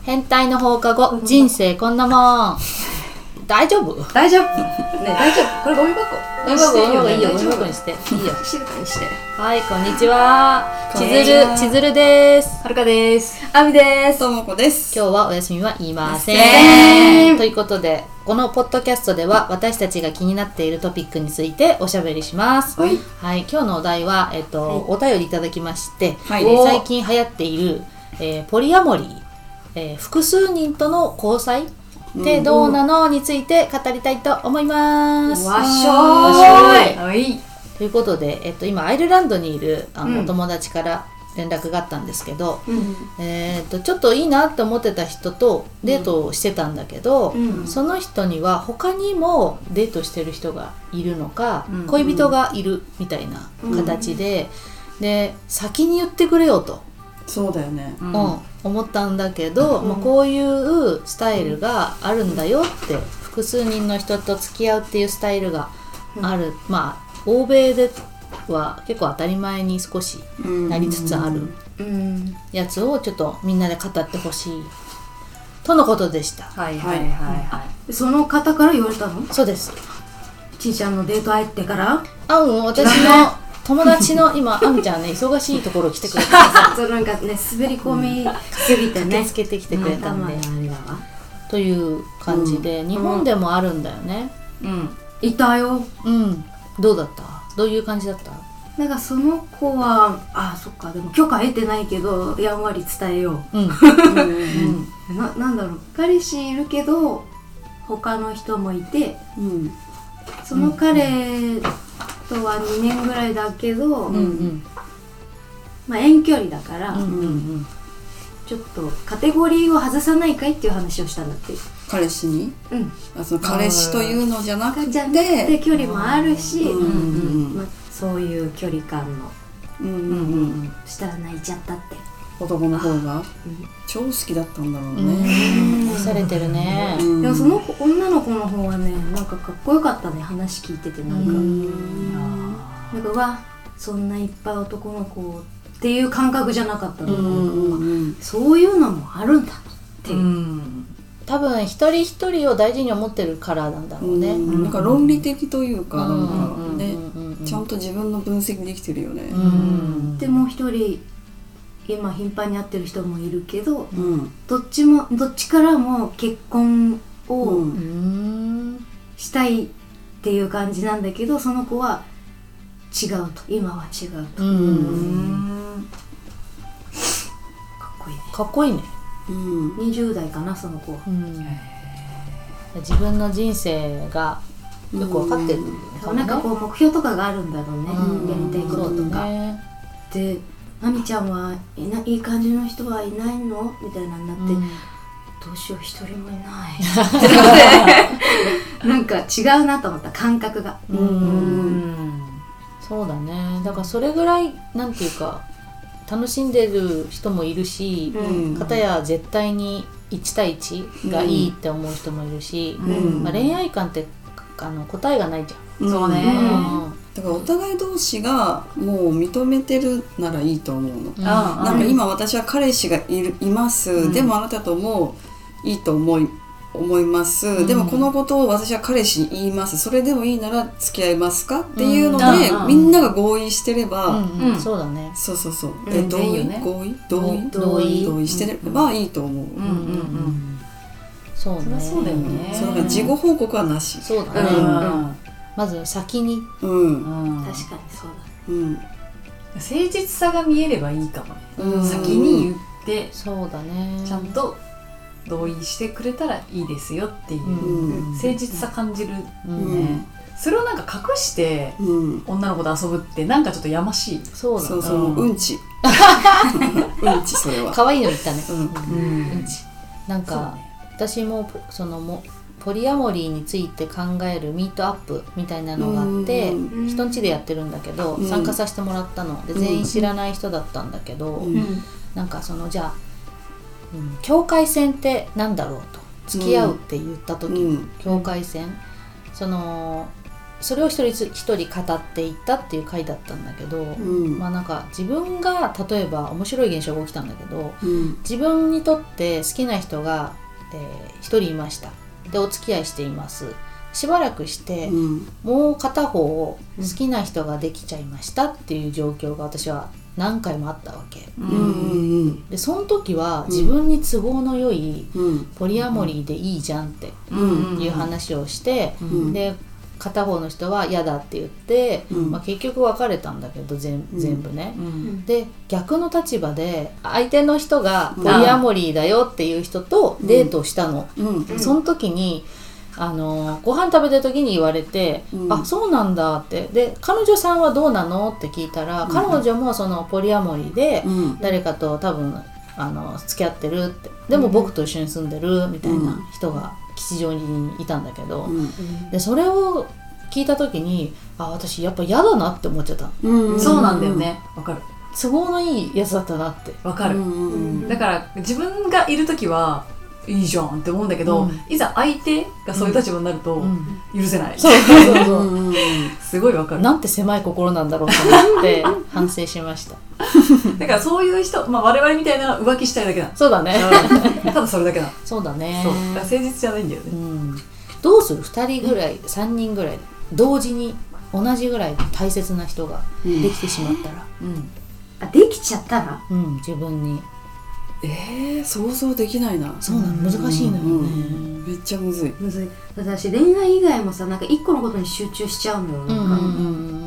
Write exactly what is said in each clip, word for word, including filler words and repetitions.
変態の放課後、人生こんなもん。大丈夫？ 大丈夫。ね、大丈夫。これゴミ箱。 ゴミ箱、ゴミ箱いいよ、ゴミ箱にして。いいよ。 静かにして。 はい、こんにちは。ちずる、ちずるです。 はるかです。あみです。 ともこです。 今日はお休みはいません。ということで、このポッドキャストでは私たちが気になっているトピックについておしゃべりします。 はい。 はい、今日のお題は、えっと、はい、お便りいただきまして、 はい、 最近流行っている、えー、ポリアモリー、えー、複数人との交際ってどうなのについて語りたいと思います。 わっしょーい。はい。 ということで、えっと、今アイルランドにいるあの、うん、お友達から連絡があったんですけど、うん、えー、っとちょっといいなって思ってた人とデートをしてたんだけど、うん、その人には他にもデートしてる人がいるのか、うん、恋人がいるみたいな形で、うん、で先に言ってくれよと。 そうだよね、 うん、思ったんだけど、うん、まあ、こういうスタイルがあるんだよって、複数人の人と付き合うっていうスタイルがある、うん、まあ欧米では結構当たり前に少しなりつつあるやつをちょっとみんなで語ってほしいとのことでした。 はいはいはいはい。その方から言われたの？ そうです。 ちいちゃんのデート相手から？ あ、うん、私の友達の今あみちゃんね、忙しいところ来てくれてさそうなんかね、滑り込みすぎてね、 駆けつけてきてくれたんで、うん、という感じで、うん、日本でもあるんだよね。 うん、いたよ。 うん、どうだった？どういう感じだった？ なんかその子は、あ、そっか、でも許可得てないけどやんわり伝えよう。うん、うん、な, なんだろう、彼氏いるけど他の人もいて、うん、その彼とはにねんぐらいだけど、うんうん、まあ遠距離だから、うんうんうん、ちょっとカテゴリーを外さないかいっていう話をしたんだって。 彼氏に、うん、あ、その彼氏というのじゃなくて、 じゃなくて距離もあるし、うんうんうん、まあ、そういう距離感の、うんうんうん、したら泣いちゃったって。 男の方が、うん、超好きだったんだろうね。 愛されてるね。 でもその子、女の子の方はね、なんかかっこよかったね、話聞いてて。なんかなんかわ、そんないっぱい男の子っていう感覚じゃなかったの。うん、そういうのもあるんだっていう、うん、 多分一人一人を大事に思ってるからなんだろうね。うん、 なんか論理的というか、なんかね、ちゃんと自分の分析できてるよね。うん、 でも一人今頻繁に会ってる人もいるけど、うん、どっちもどっちからも結婚をしたいっていう感じなんだけど、その子は違うと、今は違うと。うん、かっこいいね。 かっこいいね。 うん、にじゅう代かな、その子は。うん、 自分の人生がよく分かってる、ね、 うん、なんかこう目標とかがあるんだろうね、うん、やりたいこととか、ね、で、あみちゃんはいない、いい感じの人はいないのみたいなになって、うん、どうしよう、一人もいないなんか違うなと思った、感覚が。うん、うん、 そうだね。だからそれぐらいなんていうか楽しんでる人もいるし、うん、片や絶対にいち対いちがいいって思う人もいるし、うん、まあ、恋愛観ってあの答えがないじゃん。 そうね、 うん、だからお互い同士がもう認めてるならいいと思うの、うん、なんか今私は彼氏がいる、います、うん、でもあなたともいいと思い思います、うん、でもこのことを私は彼氏に言います、それでもいいなら付き合いますかっていうので、うん、みんなが合意してれば、 うんうん、そうだね、 そうそうそう、うん、え同意、ね、合意同意同意同意してればいいと思う、うんうんうん、 そうね、 そうだよね。 そうだ、事後報告はなし。 そうだね、うん、まず先に、 うんうん、確かにそうだね、うん、 誠実さが見えればいいかもね、うん、先に言って、 そうだね、 ちゃんと同意してくれたらいいですよっていう、うん、誠実さ感じる、うんね、それをなんか隠して女の子と遊ぶってなんかちょっとやましい。 そうだ、 そうそう、うんちうんち、それは可愛いの言ったね、うん、うん、 うんち、なんか、ね、私もそのもポリアモリーについて考えるミートアップみたいなのがあって、うん、人ん家でやってるんだけど、うん、参加させてもらったので、全員知らない人だったんだけど、うん、なんかそのじゃあ、うん、境界線ってなんだろうと、付き合うって言った時、うん、境界線、その好それを一人一人語っていったっていう回だったんだけど、うん、まあなんか自分が例えば面白い現象が起きたんだけど、うん、自分にとって好きな人が、えー、一人いました。でお付き合いしています。しばらくして、うん、もう片方を好きな人ができちゃいましたっていう状況が私は何回もあったわけ、うん、でその時は自分に都合の良いポリアモリーでいいじゃんっていう話をして、うん、で片方の人は嫌だって言って、うんまあ、結局別れたんだけど 全, 全部ね、うん、で逆の立場で相手の人がポリアモリーだよっていう人とデートをしたの、うんうん、その時にあのご飯食べてる時に言われて、うん、あそうなんだって。で彼女さんはどうなのって聞いたら、うん、彼女もそのポリアモリーで誰かと多分あの付き合ってるって、でも僕と一緒に住んでるみたいな人が吉祥寺にいたんだけど、うん、でそれを聞いた時にあ私やっぱ嫌だなって思っちゃった、 うんうん、そうなんだよね。わかる。 都合のいいやつだったなってわかる、うんうん、だから自分がいる時はいいじゃんって思うんだけど、うん、いざ相手がそういう立場になると許せない、うん、そうそうそうすごいわかる。 なんて狭い心なんだろうと思って反省しましただからそういう人、まあ、我々みたいな浮気したいだけだ。 そうだねただそれだけだ。 そうだね。 そうだから誠実じゃないんだよね、うん、 どうするふたりぐらい、うん、さんにんぐらい同時に同じぐらい大切な人ができてしまったら、 うんうん、あできちゃったら、 うん、自分にえー、想像できないな。 そうなの、難しいのよね、うんうん、めっちゃむずい。 むずい。私恋愛以外もさなんか一個のことに集中しちゃうのよ、なんか、うんうんうん、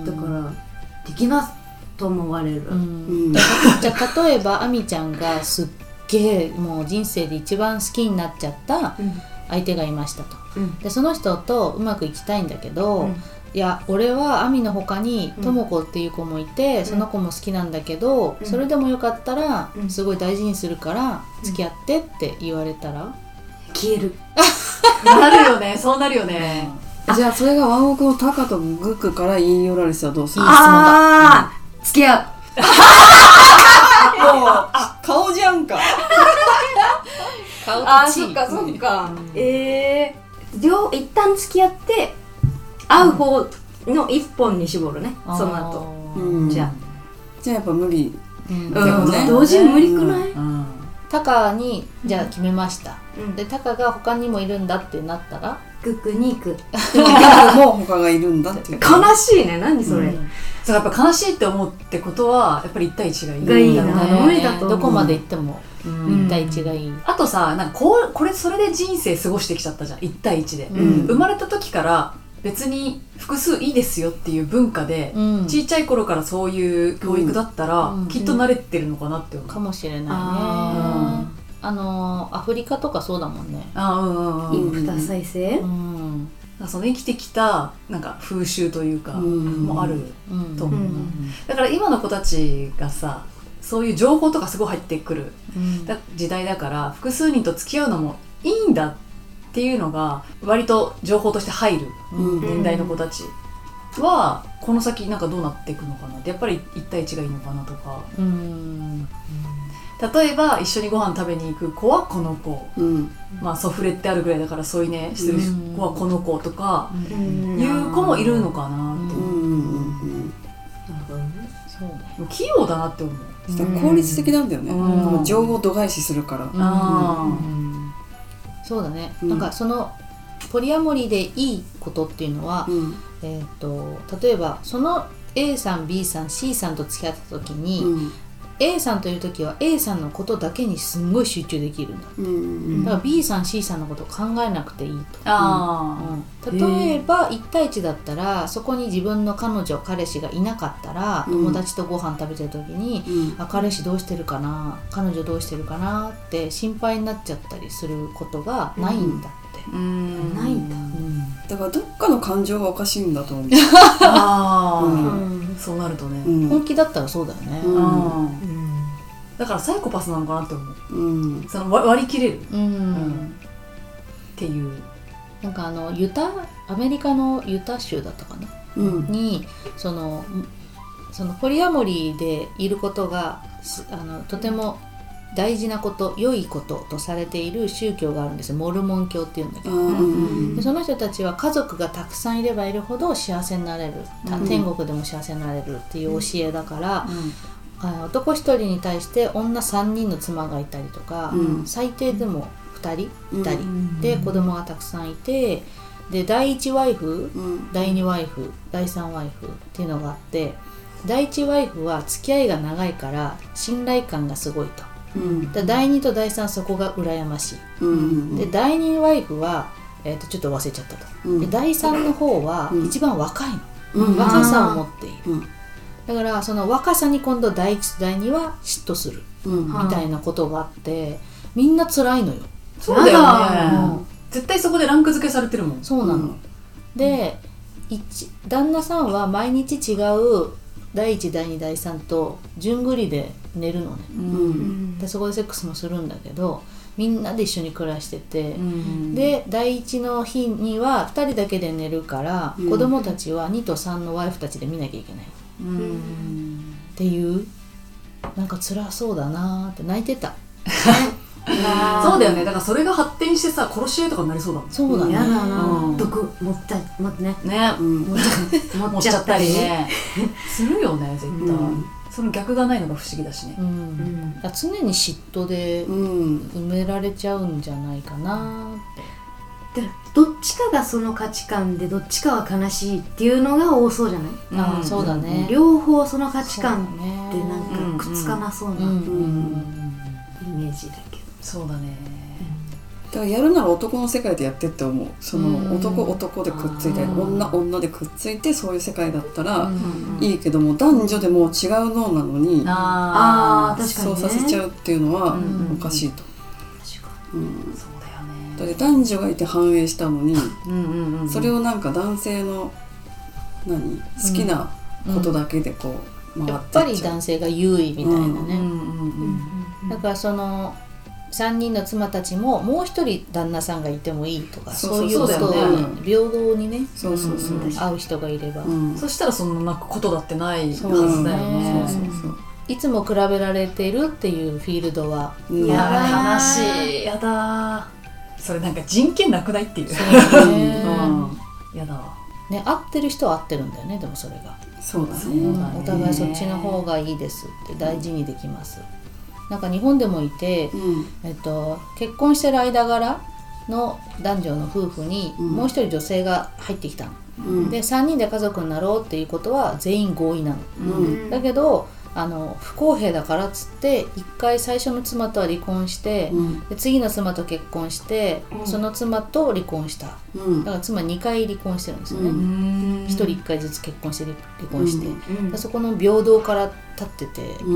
だからできなと思われる、うんうん、じゃあ例えばあみちゃんがすっげえもう人生で一番好きになっちゃった相手がいましたと、うん、でその人とうまくいきたいんだけど、うんいや俺はアミの他にともこっていう子もいて、うん、その子も好きなんだけど、うん、それでもよかったら、うん、すごい大事にするから付き合ってって言われたら、うん、 消えるなるよね。そうなるよね、 うん、じゃあそれがワンオクのタカとグックから言い寄られてたらどうする？ いい質問だ。あー、うん、付き合うもう顔じゃんか顔とチー。あーそっかそっか、うん、えー両一旦付き合って会う方の一本に絞るね、うん、その後、うん、じゃあじゃあやっぱ無理、 うんうんね、同時に無理くない？うん、 タカにじゃあ決めました、うん、でタカが他にもいるんだってなったらグックに行くでもギャグも他がいるんだっていう悲しいね。何それ、うん、 そうやっぱ悲しいって思うってことはやっぱりいち対いちがいいんだろうね。無理だと思う。 どこまで行ってもいち対いちがいい、うん、 あとさなんかこうこれそれで人生過ごしてきちゃったじゃんいち対いちで、うん、生まれた時から別に複数いいですよっていう文化で、うん、ちっちゃい頃からそういう教育だったら、うん、きっと慣れてるのかなって思う。 かもしれないね。あ, あのアフリカとかそうだもんね。 あうんうんうん、インフタ再生、うん、 その生きてきたなんか風習というか、うん、もあると思う、うん、だから今の子たちがさそういう情報とかすごい入ってくる、うん、時代だから複数人と付き合うのもいいんだっていうのが割と情報として入る年代の子たちはこの先なんかどうなっていくのかなってやっぱりいち対いちがいいのかなとか、うん、例えば一緒にご飯食べに行く子はこの子、うん、まあソフレってあるぐらいだから添い寝してる子はこの子とかいう子もいるのかなって思う。器用だなって思う。 効率的なんだよね、うん、情報度外視するから、うんうんそうだね、うん、なんかそのポリアモリーでいいことっていうのは、うん、えーと、例えばその A さん B さん C さんと付き合った時に、うん、A さんという時は A さんのことだけにすんごい集中できるんだ、うん、だから B さん C さんのことを考えなくていいと。あ、うん、例えばいち対いちだったらそこに自分の彼女彼氏がいなかったら、うん、友達とご飯食べてる時に、うん、あ彼氏どうしてるかな彼女どうしてるかなって心配になっちゃったりすることがないんだって、うん、 ないんだ、うんだからどっかの感情がおかしいんだと思うあ、うんうん、そうなるとね、 うん、本気だったらそうだよね、うんうん、だからサイコパスなのかなって思う、うん、その割り切れる、うんうん、っていうなんかあのユタアメリカのユタ州だったかな、うん、にそのそのポリアモリーでいることがあのとても大事なこと良いこととされている宗教があるんですよ。モルモン教っていうんだけど、うん、でその人たちは家族がたくさんいればいるほど幸せになれる、うん、天国でも幸せになれるっていう教えだから、うんうん、男一人に対して女三人の妻がいたりとか、うん、最低でも二人いたり、うん、で子供がたくさんいて、で第一ワイフ、うん、第二ワイフ、第三ワイフっていうのがあって、第一ワイフは付き合いが長いから信頼感がすごいと、うん、でだいにとだいさんそこが羨ましい、うん、でだいにワイフは、えー、とちょっと忘れちゃったと、うん、でだいさんの方は一番若いの、うん、若さを持っている、うん、だからその若さに今度だいいちとだいには嫉妬する、うん、みたいなことがあって、みんな辛いのよ。 そうだよね、うん、絶対そこでランク付けされてるもん。 そうなの、うん、で旦那さんは毎日違うだいいちだいにだいさんと順繰りで寝るのね、うん、でそこでセックスもするんだけど、みんなで一緒に暮らしてて、うん、でだいいちの日にはふたりだけで寝るから、うん、子供たちはにとさんのワイフたちで見なきゃいけない、うん、っていうなんか辛そうだなって泣いてたそうだよね。だからそれが発展してさ、殺し合いとかになりそうだもん。 そうだね。 やだな、うん、毒持った持ってねね、うん、持っちゃったりねするよね絶対、うん、その逆がないのが不思議だしね、うんうん、 常に嫉妬で埋められちゃうんじゃないかなって、 でどっちかがその価値観でどっちかは悲しいっていうのが多そうじゃない？ あ、うん、そうだね。 両方その価値観ってなんかくっつかなそうなイメージだけど。 そうだね、 だからやるなら男の世界でやってって思う。その男男でくっついたり女女でくっついてそういう世界だったらいいけども、男女でもう違う脳なのにああ確かに、ね、 そうさせちゃうっていうのはおかしいと。 確かに、うん、そうだよね。 だって男女がいて反映したのにそれをなんか男性の何好きなことだけでこう回ってっちゃう。 やっぱり男性が優位みたいなね。だからそのさんにんの妻たちももう一人旦那さんがいてもいいとか、そういうことを平等にね、そうそうそう、会う人がいれば、うん、 そしたらそんなことだってないはずだよね。そうそうそう、 いつも比べられているっていうフィールドは、 いや悲しい、やだそれなんか人権なくないっていう。そうね、うん、やだわね。合ってる人は合ってるんだよね。でもそれがそうだね、 うん、お互いそっちの方がいいですって大事にできます。なんか日本でもいて、うんえっと、結婚してる間柄の男女の夫婦にもう一人女性が入ってきたの、うん、でさんにんで家族になろうっていうことは全員合意なの、うん、だけどあの不公平だからっつって一回最初の妻とは離婚して、うん、で次の妻と結婚して、うん、その妻と離婚した、うん、だから妻にかい離婚してるんですよね、うん、ひとりいっかいずつ結婚して離婚して、うん、そこの平等から立ってて、うん、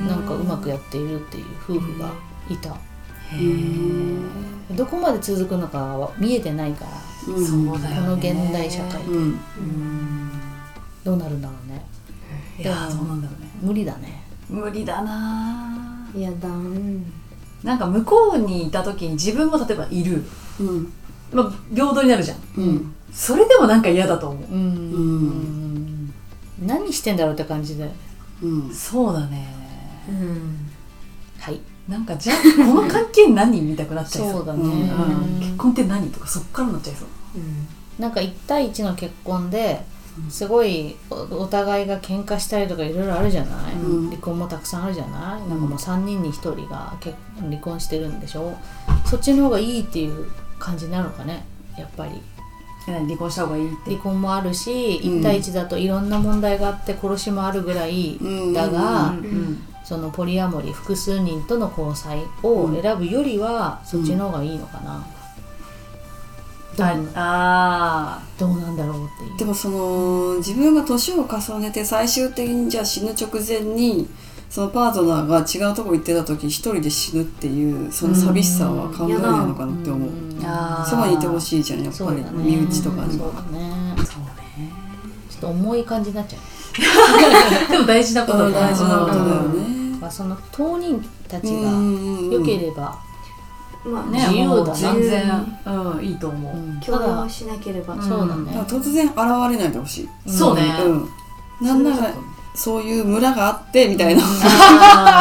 なんかうまくやっているっていう夫婦がいた、へー、どこまで続くのかは見えてないから、うん、そうだよね、この現代社会で、うん、どうなるんだろうね。 いやそうなんだろうね。 無理だね。 無理だな。 いやだ、うん、 なんか向こうにいた時に自分も例えばいる、うんまあ、平等になるじゃん、うん、それでもなんか嫌だと思う、うんうんうん、何してんだろうって感じで、 うん、そうだね、うん、 はいなんかじゃあこの関係何見たくなっちゃいそう。 そうだね、 うん、結婚って何とかそっからなっちゃいそう、 うん、なんかいち対いちの結婚ですごい お, お互いが喧嘩したりとかいろいろあるじゃない、うん、離婚もたくさんあるじゃない、うん、なんかもうさんにんにひとりが結離婚してるんでしょ。そっちの方がいいっていう感じになるのかね、やっぱり。 離婚した方がいいって。 離婚もあるし、うん、いち対いちだといろんな問題があって殺しもあるぐらいだが、うんうんうん、そのポリアモリ複数人との交際を選ぶよりは、うん、そっちの方がいいのかな、うん、ああどうなんだろうっていう。 でもその自分が年を重ねて最終的にじゃあ死ぬ直前にそのパートナーが違うとこ行ってた時一人で死ぬっていうその寂しさは考えないのかなって思う。そばにいてほしいじゃんやっぱり、ね、身内とかには。 そうだね。そうね。ちょっと重い感じになっちゃう。 でも大事なことだ、 大事なことだよね。 まあ、その当人たちが良ければ。 まあね、自由だな。 全然、うん、いいと思う。うん、 許容しなければ、 うん、そうだね。 だ突然現れないでほしい。 そうね。 うん。なんならそういう村があってみたいな。 あ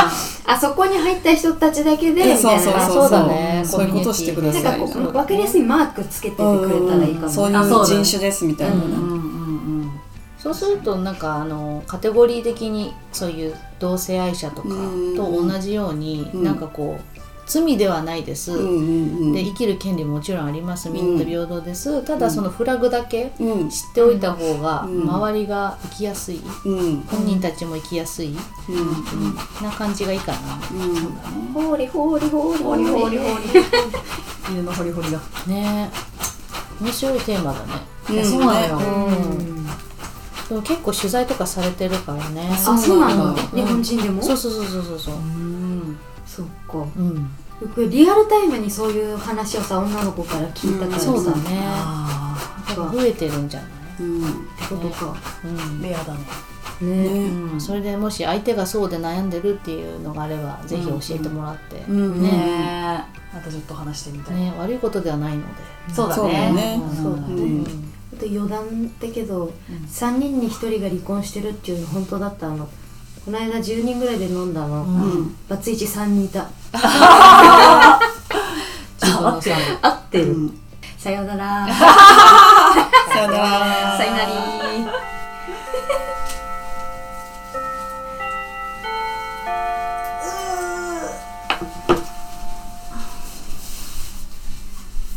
あそこに入った人たちだけでみたいな。 そうそうそうそうだね。 そういうことしてください。 なんかこう分かりやすいマークつけててくれたらいいかも。 そういう人種ですみたいな。 そうするとなんかあのカテゴリー的にそういう同性愛者とかと同じように、うん、なんかこう罪ではないです、うんうんうん、で生きる権利ももちろんあります、みんな平等です、うん、ただそのフラグだけ知っておいた方が周りが生きやすい、うん、本人たちも生きやすい、うんうん、な感じがいいかな、うん、そうだね。 ほりほりほりほりほりほり犬のほりほりがね面白いテーマだね、 うん、いやそうなのよ、 うんでも結構取材とかされてるからね。 あ、そうなの、うん、日本人でも。 そうそうそうそうそうそう。 うんそっか、 うん、 僕リアルタイムにそういう話をさ女の子から聞いたからさ、 うん、そうだね。あ増えてるんじゃない、 うん、ってことか、 うん、 レアだね。 ね、うん、それでもし相手がそうで悩んでるっていうのがあれば、うん、ぜひ教えてもらって、 うん、ね、ねまたちょっと話してみたい、 ね、悪いことではないので。 そうだね。 そうだね。余談だけど、うん、さんにんにひとりが離婚してるっていうの本当だった。あのこの間じゅうにんぐらいで飲んだの、うん、バツイチさんにんいた。 合ってる。 合ってる、うん、さようなら